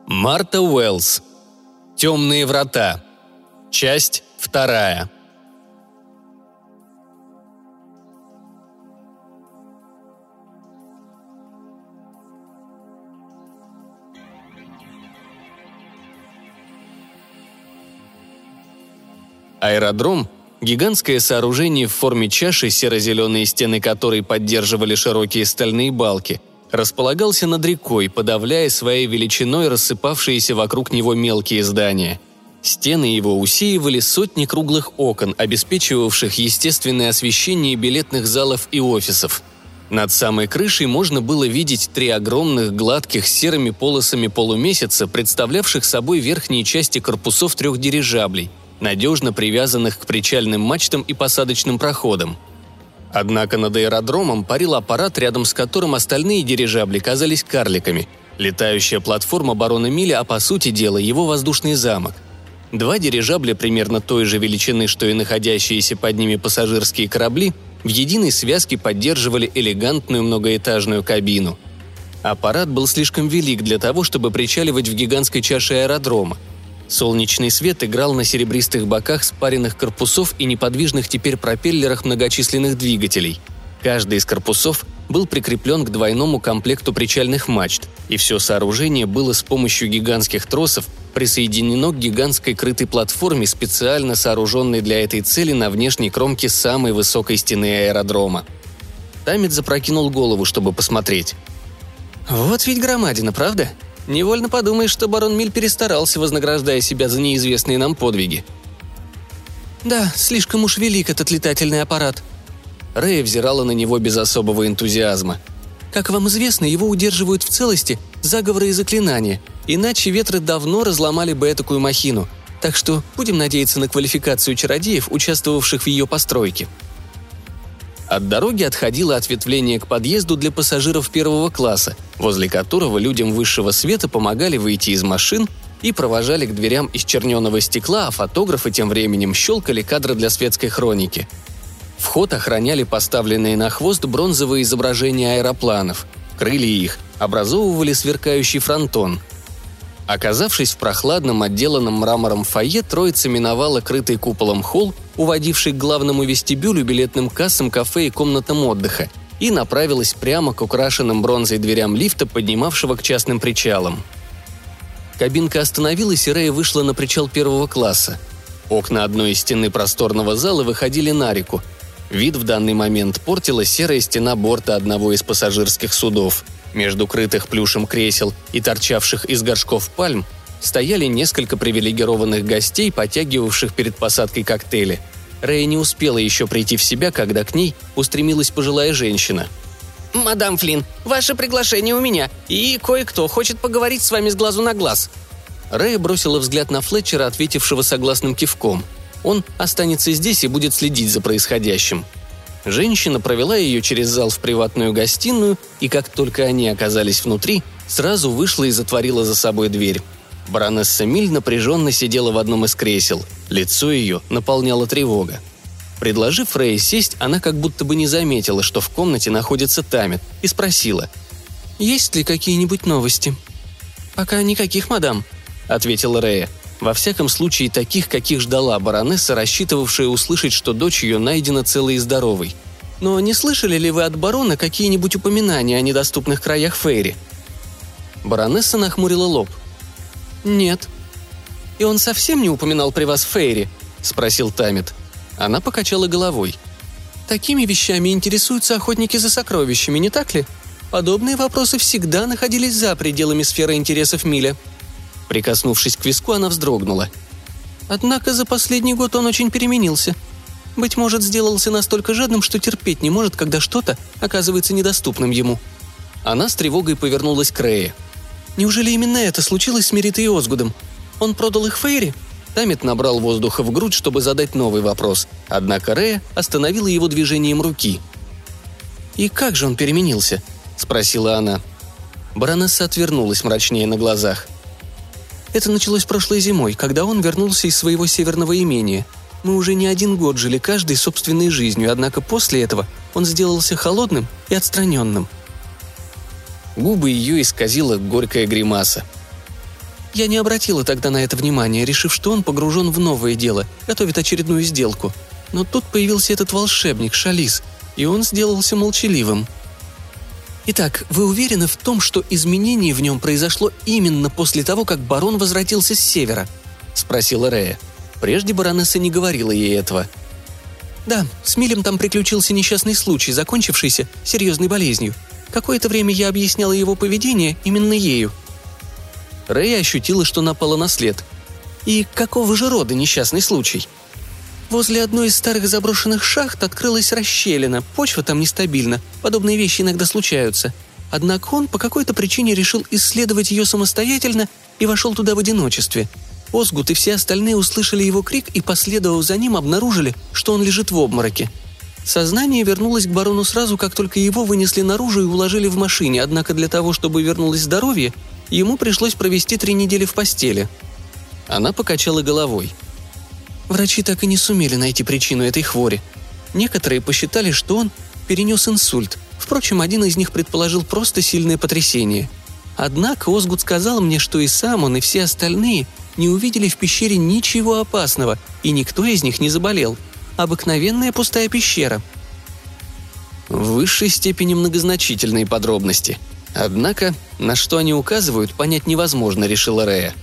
Марта Уэллс. «Темные врата». Часть 2. Аэродром – гигантское сооружение в форме чаши, серо-зеленые стены которой поддерживали широкие стальные балки, располагался над рекой, подавляя своей величиной рассыпавшиеся вокруг него мелкие здания. Стены его усеивали сотни круглых окон, обеспечивавших естественное освещение билетных залов и офисов. Над самой крышей можно было видеть 3 огромных, гладких, серыми полосами полумесяца, представлявших собой верхние части корпусов 3 дирижаблей, надежно привязанных к причальным мачтам и посадочным проходам. Однако над аэродромом парил аппарат, рядом с которым остальные дирижабли казались карликами. Летающая платформа барона Миля, а по сути дела его воздушный замок. 2 дирижабля примерно той же величины, что и находящиеся под ними пассажирские корабли, в единой связке поддерживали элегантную многоэтажную кабину. Аппарат был слишком велик для того, чтобы причаливать в гигантской чаше аэродрома. Солнечный свет играл на серебристых боках спаренных корпусов и неподвижных теперь пропеллерах многочисленных двигателей. Каждый из корпусов был прикреплен к двойному комплекту причальных мачт, и все сооружение было с помощью гигантских тросов присоединено к гигантской крытой платформе, специально сооруженной для этой цели на внешней кромке самой высокой стены аэродрома. Таммит запрокинул голову, чтобы посмотреть. «Вот ведь громадина, правда? Невольно подумаешь, что барон Миль перестарался, вознаграждая себя за неизвестные нам подвиги». «Да, слишком уж велик этот летательный аппарат». Рэя взирала на него без особого энтузиазма. «Как вам известно, его удерживают в целости заговоры и заклинания, иначе ветры давно разломали бы этакую махину, так что будем надеяться на квалификацию чародеев, участвовавших в ее постройке». От дороги отходило ответвление к подъезду для пассажиров 1 класса, возле которого людям высшего света помогали выйти из машин и провожали к дверям из черненого стекла, а фотографы тем временем щелкали кадры для светской хроники. Вход охраняли поставленные на хвост бронзовые изображения аэропланов. Крылья их образовывали сверкающий фронтон. Оказавшись в прохладном, отделанном мрамором фойе, троица миновала крытый куполом холл, уводивший к главному вестибюлю, билетным кассам, кафе и комнатам отдыха, и направилась прямо к украшенным бронзой дверям лифта, поднимавшего к частным причалам. Кабинка остановилась, и Рэя вышла на причал 1 класса. Окна одной из стены просторного зала выходили на реку. Вид в данный момент портила серая стена борта одного из пассажирских судов. Между крытых плюшем кресел и торчавших из горшков пальм стояли несколько привилегированных гостей, потягивавших перед посадкой коктейли. Рэя не успела еще прийти в себя, когда к ней устремилась пожилая женщина. «Мадам Флинн, ваше приглашение у меня, и кое-кто хочет поговорить с вами с глазу на глаз». Рэя бросила взгляд на Флетчера, ответившего согласным кивком. Он останется здесь и будет следить за происходящим. Женщина провела ее через зал в приватную гостиную, и как только они оказались внутри, сразу вышла и затворила за собой дверь. Баронесса Миль напряженно сидела в одном из кресел. Лицо ее наполняла тревога. Предложив Рэй сесть, она как будто бы не заметила, что в комнате находится Таммит, и спросила: «Есть ли какие-нибудь новости?» «Пока никаких, мадам», — ответила Рэя. Во всяком случае, таких, каких ждала баронесса, рассчитывавшая услышать, что дочь ее найдена целой и здоровой. «Но не слышали ли вы от барона какие-нибудь упоминания о недоступных краях Фейри?» Баронесса нахмурила лоб. «Нет». «И он совсем не упоминал при вас Фейри?» – спросил Таммит. Она покачала головой. «Такими вещами интересуются охотники за сокровищами, не так ли? Подобные вопросы всегда находились за пределами сферы интересов Миля». Прикоснувшись к виску, она вздрогнула. «Однако за последний год он очень переменился. Быть может, сделался настолько жадным, что терпеть не может, когда что-то оказывается недоступным ему». Она с тревогой повернулась к Рее. «Неужели именно это случилось с Меритой и Озгудом? Он продал их Фейри?» Таммит набрал воздуха в грудь, чтобы задать новый вопрос, однако Рея остановила его движением руки. «И как же он переменился?» – спросила она. Баронесса отвернулась мрачнее на глазах. «Это началось прошлой зимой, когда он вернулся из своего северного имения. Мы уже не 1 год жили каждой собственной жизнью, однако после этого он сделался холодным и отстраненным». Губы ее исказила горькая гримаса. Я не обратила тогда на это внимания, решив, что он погружен в новое дело, готовит очередную сделку. Но тут появился этот волшебник, Шалис, и он сделался молчаливым. Итак, вы уверены в том, что изменение в нем произошло именно после того, как барон возвратился с севера?» – спросила Рея. Прежде баронесса не говорила ей этого. «Да, с Милем там приключился несчастный случай, закончившийся серьезной болезнью. Какое-то время я объясняла его поведение именно ею». Рея ощутила, что напала на след. «И какого же рода несчастный случай?» «Возле одной из старых заброшенных шахт открылась расщелина, почва там нестабильна, подобные вещи иногда случаются. Однако он по какой-то причине решил исследовать ее самостоятельно и вошел туда в одиночестве. Озгут и все остальные услышали его крик и, последовав за ним, обнаружили, что он лежит в обмороке. Сознание вернулось к барону сразу, как только его вынесли наружу и уложили в машине, однако для того, чтобы вернулось здоровье, ему пришлось провести 3 недели в постели». Она покачала головой. Врачи так и не сумели найти причину этой хвори. Некоторые посчитали, что он перенес инсульт. Впрочем, один из них предположил просто сильное потрясение. Однако Озгут сказал мне, что и сам он, и все остальные не увидели в пещере ничего опасного, и никто из них не заболел. Обыкновенная пустая пещера. В высшей степени многозначительные подробности. Однако, на что они указывают, понять невозможно, решила Рея.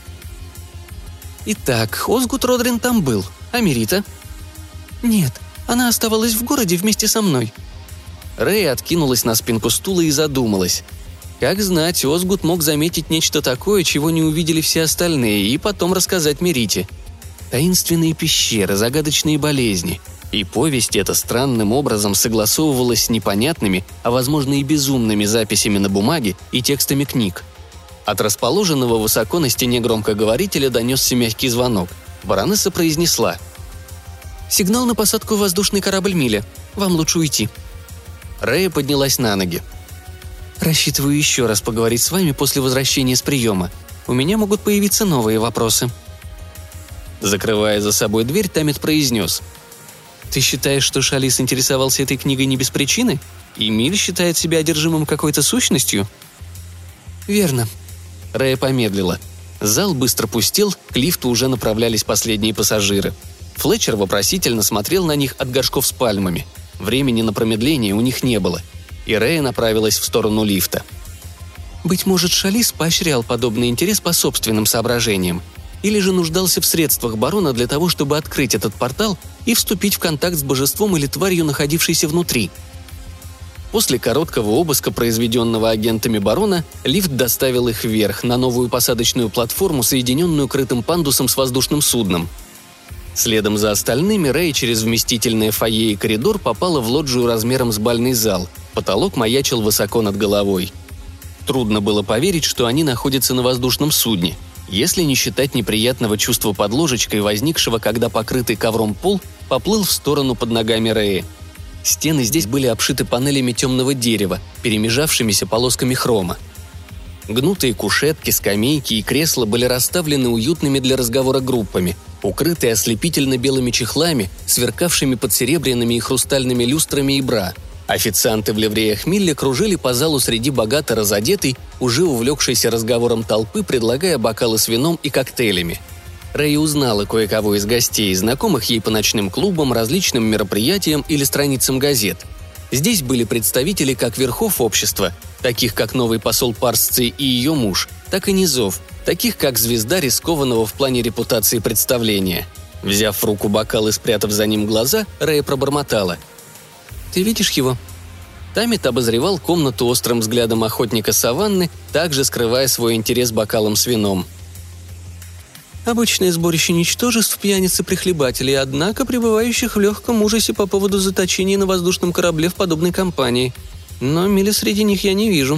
«Итак, Озгут Родрин там был, а Мерита?» «Нет, она оставалась в городе вместе со мной». Рея откинулась на спинку стула и задумалась. Как знать, Озгут мог заметить нечто такое, чего не увидели все остальные, и потом рассказать Мерите. Таинственные пещеры, загадочные болезни. И повесть эта странным образом согласовывалась с непонятными, а возможно и безумными записями на бумаге и текстами книг. От расположенного высоко на стене громкоговорителя донесся мягкий звонок. Баронесса произнесла: «Сигнал на посадку в воздушный корабль Миля. Вам лучше уйти». Рея поднялась на ноги. «Рассчитываю еще раз поговорить с вами после возвращения с приема. У меня могут появиться новые вопросы». Закрывая за собой дверь, Тамет произнес: «Ты считаешь, что Шалис интересовался этой книгой не без причины? И Миль считает себя одержимым какой-то сущностью?» «Верно». Рея помедлила. Зал быстро пустел, к лифту уже направлялись последние пассажиры. Флетчер вопросительно смотрел на них от горшков с пальмами. Времени на промедление у них не было. И Рея направилась в сторону лифта. Быть может, Шалис поощрял подобный интерес по собственным соображениям. Или же нуждался в средствах барона для того, чтобы открыть этот портал и вступить в контакт с божеством или тварью, находившейся внутри. После короткого обыска, произведенного агентами барона, лифт доставил их вверх, на новую посадочную платформу, соединенную крытым пандусом с воздушным судном. Следом за остальными Рэй через вместительное фойе и коридор попала в лоджию размером с бальный зал. Потолок маячил высоко над головой. Трудно было поверить, что они находятся на воздушном судне, если не считать неприятного чувства под ложечкой, возникшего, когда покрытый ковром пол поплыл в сторону под ногами Рэи. Стены здесь были обшиты панелями темного дерева, перемежавшимися полосками хрома. Гнутые кушетки, скамейки и кресла были расставлены уютными для разговора группами, укрытые ослепительно белыми чехлами, сверкавшими под серебряными и хрустальными люстрами и бра. Официанты в ливреях Милля кружили по залу среди богато разодетой, уже увлекшейся разговором толпы, предлагая бокалы с вином и коктейлями. Рэй узнала кое-кого из гостей, знакомых ей по ночным клубам, различным мероприятиям или страницам газет. Здесь были представители как верхов общества, таких как новый посол Парсции и ее муж, так и низов, таких как звезда рискованного в плане репутации представления. Взяв в руку бокал и спрятав за ним глаза, Рэй пробормотала: «Ты видишь его?» Тамет обозревал комнату острым взглядом охотника саванны, также скрывая свой интерес бокалом с вином. «Обычное сборище ничтожеств, пьяниц и прихлебателей, однако пребывающих в легком ужасе по поводу заточения на воздушном корабле в подобной компании. Но Миля среди них я не вижу».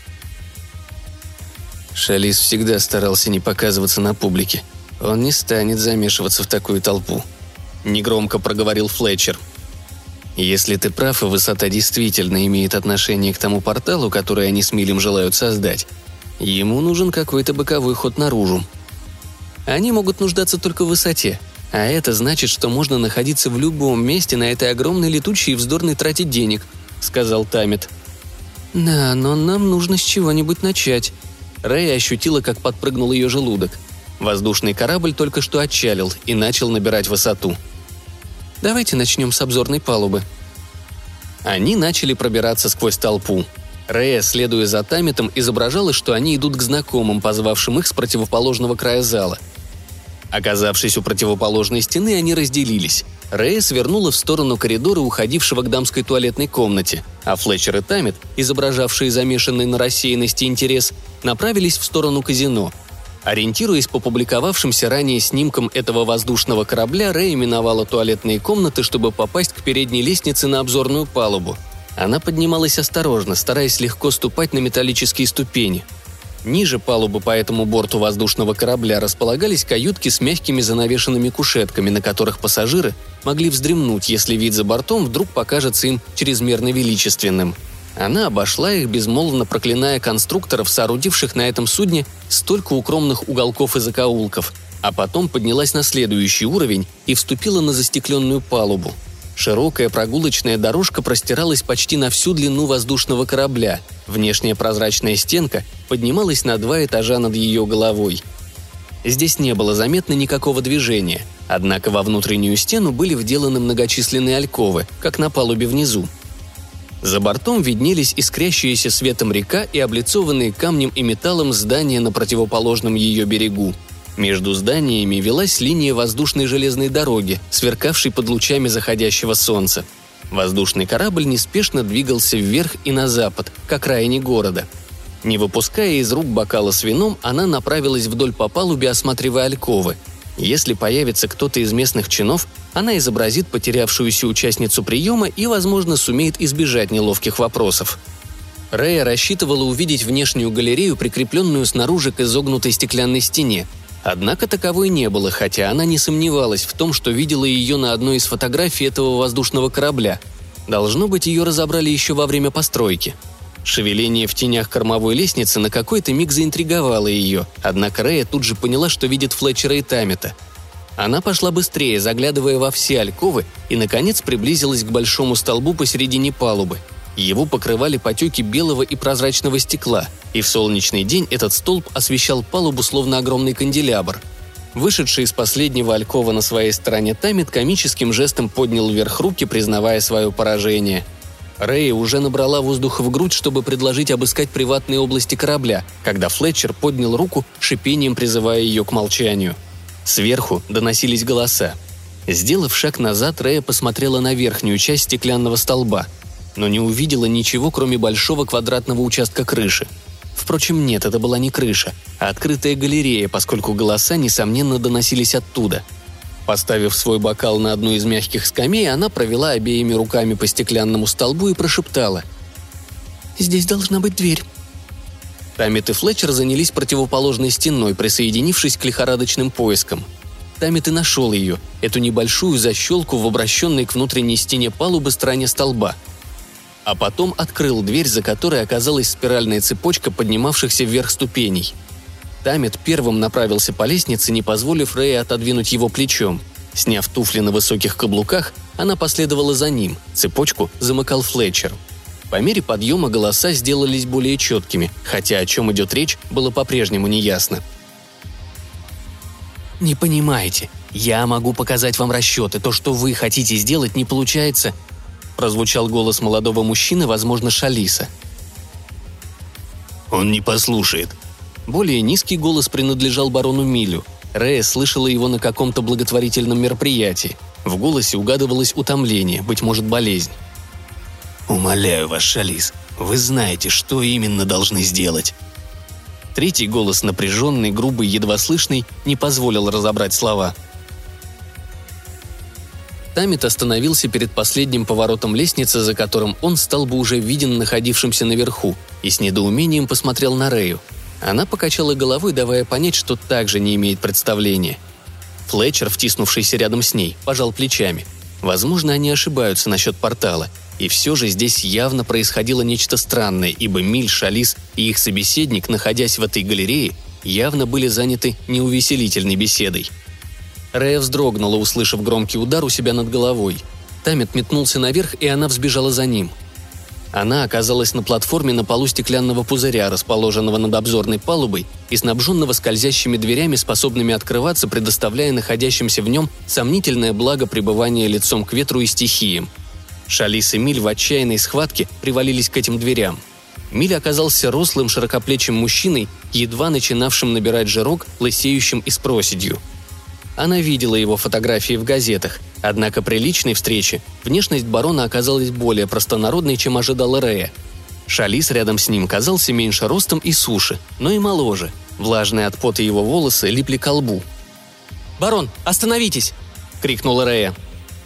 Шалис всегда старался не показываться на публике. Он не станет замешиваться в такую толпу. Негромко проговорил Флетчер. «Если ты прав, и высота действительно имеет отношение к тому порталу, который они с Милем желают создать, ему нужен какой-то боковой ход наружу. Они могут нуждаться только в высоте, а это значит, что можно находиться в любом месте на этой огромной летучей и вздорной трате денег», — сказал Тамет. «Да, но нам нужно с чего-нибудь начать». Рэй ощутила, как подпрыгнул ее желудок. Воздушный корабль только что отчалил и начал набирать высоту. «Давайте начнем с обзорной палубы». Они начали пробираться сквозь толпу. Рэя, следуя за Тамитом, изображала, что они идут к знакомым, позвавшим их с противоположного края зала. Оказавшись у противоположной стены, они разделились. Рэя свернула в сторону коридора, уходившего к дамской туалетной комнате, а Флетчер и Тамит, изображавшие замешанный на рассеянности интерес, направились в сторону казино. Ориентируясь по публиковавшимся ранее снимкам этого воздушного корабля, Рэя миновала туалетные комнаты, чтобы попасть к передней лестнице на обзорную палубу. Она поднималась осторожно, стараясь легко ступать на металлические ступени. Ниже палубы по этому борту воздушного корабля располагались каютки с мягкими занавешенными кушетками, на которых пассажиры могли вздремнуть, если вид за бортом вдруг покажется им чрезмерно величественным. Она обошла их, безмолвно проклиная конструкторов, соорудивших на этом судне столько укромных уголков и закоулков, а потом поднялась на следующий уровень и вступила на застекленную палубу. Широкая прогулочная дорожка простиралась почти на всю длину воздушного корабля. Внешняя прозрачная стенка поднималась на 2 этажа над ее головой. Здесь не было заметно никакого движения, однако во внутреннюю стену были вделаны многочисленные альковы, как на палубе внизу. За бортом виднелись искрящиеся светом река и облицованные камнем и металлом здания на противоположном ее берегу. Между зданиями велась линия воздушной железной дороги, сверкавшей под лучами заходящего солнца. Воздушный корабль неспешно двигался вверх и на запад, к окраине города. Не выпуская из рук бокала с вином, она направилась вдоль по палубе, осматривая альковы. Если появится кто-то из местных чинов, она изобразит потерявшуюся участницу приема и, возможно, сумеет избежать неловких вопросов. Рэя рассчитывала увидеть внешнюю галерею, прикрепленную снаружи к изогнутой стеклянной стене. Однако таковой не было, хотя она не сомневалась в том, что видела ее на одной из фотографий этого воздушного корабля. Должно быть, ее разобрали еще во время постройки. Шевеление в тенях кормовой лестницы на какой-то миг заинтриговало ее, однако Рэя тут же поняла, что видит Флетчера и Тамита. Она пошла быстрее, заглядывая во все альковы, и, наконец, приблизилась к большому столбу посередине палубы. Его покрывали потеки белого и прозрачного стекла, и в солнечный день этот столб освещал палубу словно огромный канделябр. Вышедший из последнего алькова на своей стороне Тамит комическим жестом поднял вверх руки, признавая свое поражение. Рэя уже набрала воздуха в грудь, чтобы предложить обыскать приватные области корабля, когда Флетчер поднял руку, шипением призывая ее к молчанию. Сверху доносились голоса. Сделав шаг назад, Рэя посмотрела на верхнюю часть стеклянного столба, но не увидела ничего, кроме большого квадратного участка крыши. Впрочем, нет, это была не крыша, а открытая галерея, поскольку голоса, несомненно, доносились оттуда. Поставив свой бокал на одну из мягких скамей, она провела обеими руками по стеклянному столбу и прошептала: «Здесь должна быть дверь». Тамит и Флетчер занялись противоположной стеной, присоединившись к лихорадочным поискам. Тамит и нашел ее, эту небольшую защелку в обращенной к внутренней стене палубы стороне столба. А потом открыл дверь, за которой оказалась спиральная цепочка поднимавшихся вверх ступеней. Тамит первым направился по лестнице, не позволив Рэй отодвинуть его плечом. Сняв туфли на высоких каблуках, она последовала за ним, цепочку замыкал Флетчер. По мере подъема голоса сделались более четкими, хотя о чем идет речь, было по-прежнему неясно. «Не понимаете, я могу показать вам расчеты, то, что вы хотите сделать, не получается», прозвучал голос молодого мужчины, возможно, Шалиса. «Он не послушает». Более низкий голос принадлежал барону Милю. Рэя слышала его на каком-то благотворительном мероприятии. В голосе угадывалось утомление, быть может, болезнь. «Умоляю вас, Шалис, вы знаете, что именно должны сделать». Третий голос, напряженный, грубый, едва слышный, не позволил разобрать слова. Тамит остановился перед последним поворотом лестницы, за которым он стал бы уже виден находившимся наверху, и с недоумением посмотрел на Рэю. Она покачала головой, давая понять, что также не имеет представления. Флетчер, втиснувшийся рядом с ней, пожал плечами. Возможно, они ошибаются насчет портала. И все же здесь явно происходило нечто странное, ибо Миль, Шалис и их собеседник, находясь в этой галерее, явно были заняты неувеселительной беседой. Рэя вздрогнула, услышав громкий удар у себя над головой. Тамит метнулся наверх, и она взбежала за ним. Она оказалась на платформе на полу стеклянного пузыря, расположенного над обзорной палубой и снабженного скользящими дверями, способными открываться, предоставляя находящимся в нем сомнительное благо пребывания лицом к ветру и стихиям. Шалис и Миль в отчаянной схватке привалились к этим дверям. Миль оказался рослым, широкоплечим мужчиной, едва начинавшим набирать жирок, лысеющим и с проседью. Она видела его фотографии в газетах, однако при личной встрече внешность барона оказалась более простонародной, чем ожидала Рея. Шалис рядом с ним казался меньше ростом и суше, но и моложе. Влажные от пота его волосы липли к лбу. «Барон, остановитесь!» – крикнула Рея.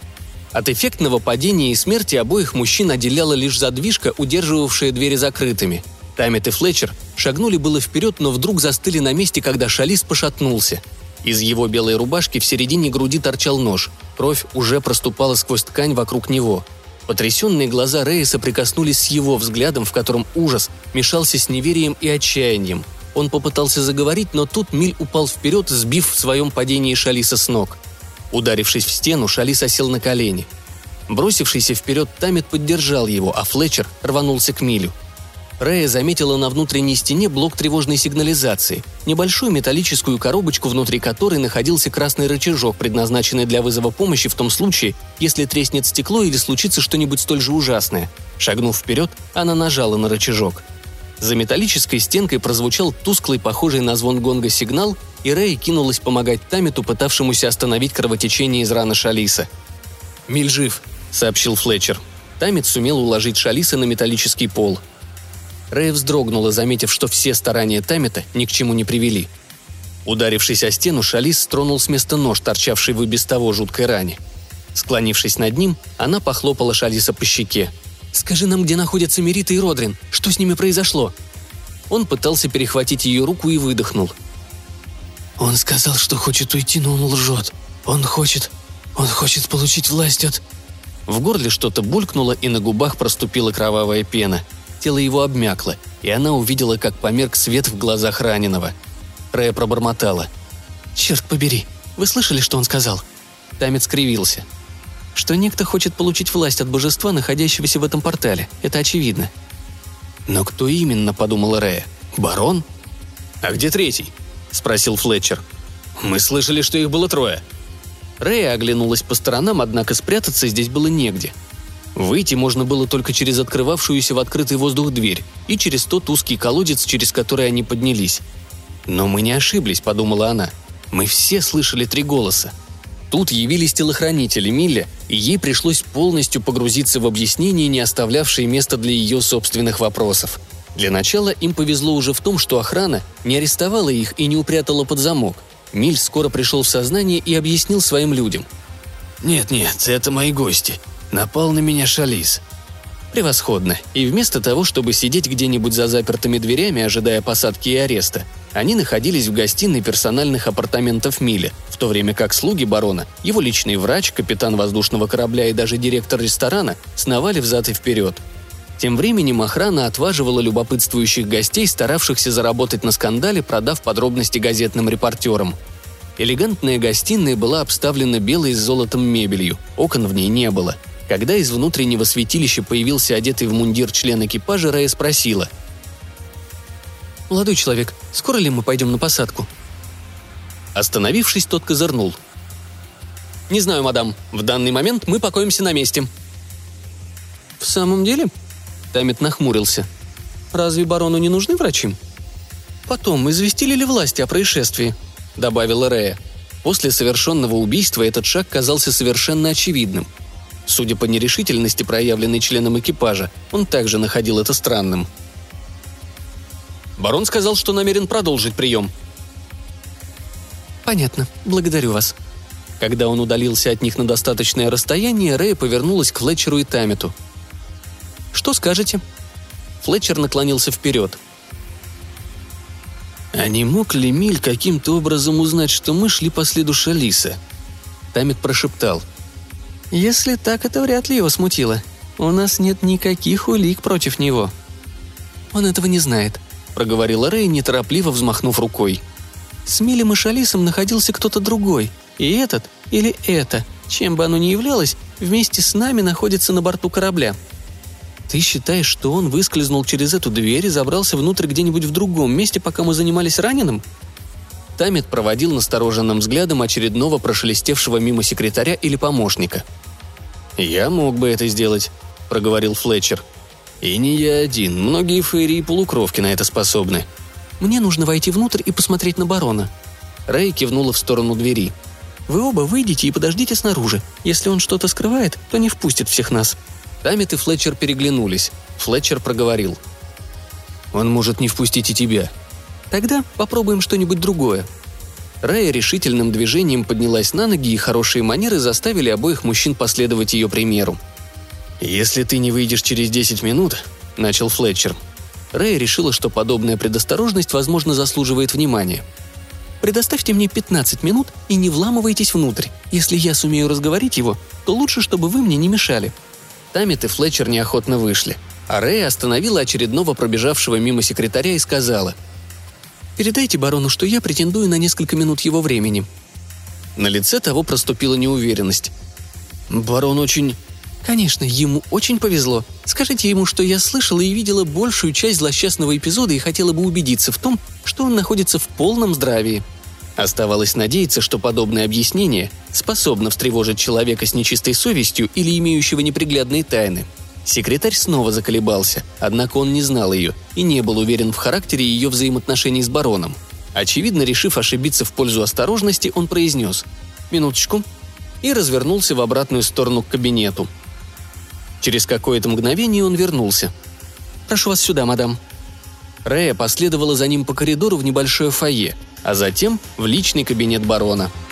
От эффектного падения и смерти обоих мужчин отделяла лишь задвижка, удерживавшая двери закрытыми. Таммет и Флетчер шагнули было вперед, но вдруг застыли на месте, когда Шалис пошатнулся. Из его белой рубашки в середине груди торчал нож. Кровь уже проступала сквозь ткань вокруг него. Потрясенные глаза Рэя соприкоснулись с его взглядом, в котором ужас мешался с неверием и отчаянием. Он попытался заговорить, но тут Миль упал вперед, сбив в своем падении Шалиса с ног. Ударившись в стену, Шалис осел на колени. Бросившийся вперед Таммет поддержал его, а Флетчер рванулся к Милю. Рея заметила на внутренней стене блок тревожной сигнализации, небольшую металлическую коробочку, внутри которой находился красный рычажок, предназначенный для вызова помощи в том случае, если треснет стекло или случится что-нибудь столь же ужасное. Шагнув вперед, она нажала на рычажок. За металлической стенкой прозвучал тусклый, похожий на звон гонга сигнал, и Рэй кинулась помогать Таммету, пытавшемуся остановить кровотечение из раны Шалиса. «Миль жив», — сообщил Флетчер. Таммет сумел уложить Шалиса на металлический пол. Рэй вздрогнула, заметив, что все старания Таммета ни к чему не привели. Ударившись о стену, Шалис стронул с места нож, торчавший в и без того жуткой ране. Склонившись над ним, она похлопала Шалиса по щеке. «Скажи нам, где находятся Мерита и Родрин? Что с ними произошло?» Он пытался перехватить ее руку и выдохнул. «Он сказал, что хочет уйти, но он лжет. Он хочет получить власть от...» В горле что-то булькнуло, и на губах проступила кровавая пена. Тело его обмякло, и она увидела, как померк свет в глазах раненого. Рэя пробормотала. «Черт побери, вы слышали, что он сказал?» Таммет скривился. «Что некто хочет получить власть от божества, находящегося в этом портале. Это очевидно». «Но кто именно?» – подумала Рэя. «Барон?» «А где третий?» – спросил Флетчер. «Мы слышали, что их было 3». Рэя оглянулась по сторонам, однако спрятаться здесь было негде. Выйти можно было только через открывавшуюся в открытый воздух дверь и через тот узкий колодец, через который они поднялись. «Но мы не ошиблись», — подумала она. «Мы все слышали 3 голоса». Тут явились телохранители Милля, и ей пришлось полностью погрузиться в объяснения, не оставлявшие места для ее собственных вопросов. Для начала им повезло уже в том, что охрана не арестовала их и не упрятала под замок. Миль скоро пришел в сознание и объяснил своим людям. «Нет, это мои гости. Напал на меня Шалис». Превосходно. И вместо того, чтобы сидеть где-нибудь за запертыми дверями, ожидая посадки и ареста, они находились в гостиной персональных апартаментов Миля, в то время как слуги барона, его личный врач, капитан воздушного корабля и даже директор ресторана сновали взад и вперед. Тем временем охрана отваживала любопытствующих гостей, старавшихся заработать на скандале, продав подробности газетным репортерам. Элегантная гостиная была обставлена белой с золотом мебелью, окон в ней не было. Когда из внутреннего святилища появился одетый в мундир член экипажа, Рэя спросила. «Молодой человек, скоро ли мы пойдем на посадку?» Остановившись, тот козырнул. «Не знаю, мадам. В данный момент мы покоимся на месте». «В самом деле?» Таммет нахмурился. «Разве барону не нужны врачи?» «Потом, известили ли власти о происшествии?» – добавила Рэя. После совершенного убийства этот шаг казался совершенно очевидным. Судя по нерешительности, проявленной членом экипажа, он также находил это странным. «Барон сказал, что намерен продолжить прием». «Понятно. Благодарю вас». Когда он удалился от них на достаточное расстояние, Рэя повернулась к Флетчеру и Таммету. «Что скажете?» Флетчер наклонился вперед. «А не мог ли Миль каким-то образом узнать, что мы шли по следу Шалиса?» Таммет прошептал. «Если так, это вряд ли его смутило. У нас нет никаких улик против него». «Он этого не знает», — проговорила Рэй, неторопливо взмахнув рукой. «С Милем и Шалисом находился кто-то другой. И этот, или это, чем бы оно ни являлось, вместе с нами находится на борту корабля». Ты считаешь, что он выскользнул через эту дверь и забрался внутрь где-нибудь в другом месте, пока мы занимались раненым?» Таммет проводил настороженным взглядом очередного прошелестевшего мимо секретаря или помощника. «Я мог бы это сделать», — проговорил Флетчер. «И не я один. Многие фейри и полукровки на это способны». «Мне нужно войти внутрь и посмотреть на барона». Рэй кивнула в сторону двери. «Вы оба выйдите и подождите снаружи. Если он что-то скрывает, то не впустит всех нас». Таммет и Флетчер переглянулись. Флетчер проговорил. «Он может не впустить и тебя». «Тогда попробуем что-нибудь другое». Рая решительным движением поднялась на ноги, и хорошие манеры заставили обоих мужчин последовать ее примеру. «Если ты не выйдешь через 10 минут», — начал Флетчер. Рая решила, что подобная предосторожность, возможно, заслуживает внимания. «Предоставьте мне 15 минут и не вламывайтесь внутрь. Если я сумею разговорить его, то лучше, чтобы вы мне не мешали». Таммет и Флетчер неохотно вышли, а Рэй остановила очередного пробежавшего мимо секретаря и сказала: «Передайте барону, что я претендую на несколько минут его времени». На лице того проступила неуверенность. «Барон очень...» «Конечно, ему очень повезло. Скажите ему, что я слышала и видела большую часть злосчастного эпизода и хотела бы убедиться в том, что он находится в полном здравии». Оставалось надеяться, что подобное объяснение способно встревожить человека с нечистой совестью или имеющего неприглядные тайны. Секретарь снова заколебался, однако он не знал ее и не был уверен в характере ее взаимоотношений с бароном. Очевидно, решив ошибиться в пользу осторожности, он произнес «Минуточку» и развернулся в обратную сторону к кабинету. Через какое-то мгновение он вернулся. «Прошу вас сюда, мадам». Рэя последовала за ним по коридору в небольшое фойе, а затем в личный кабинет барона –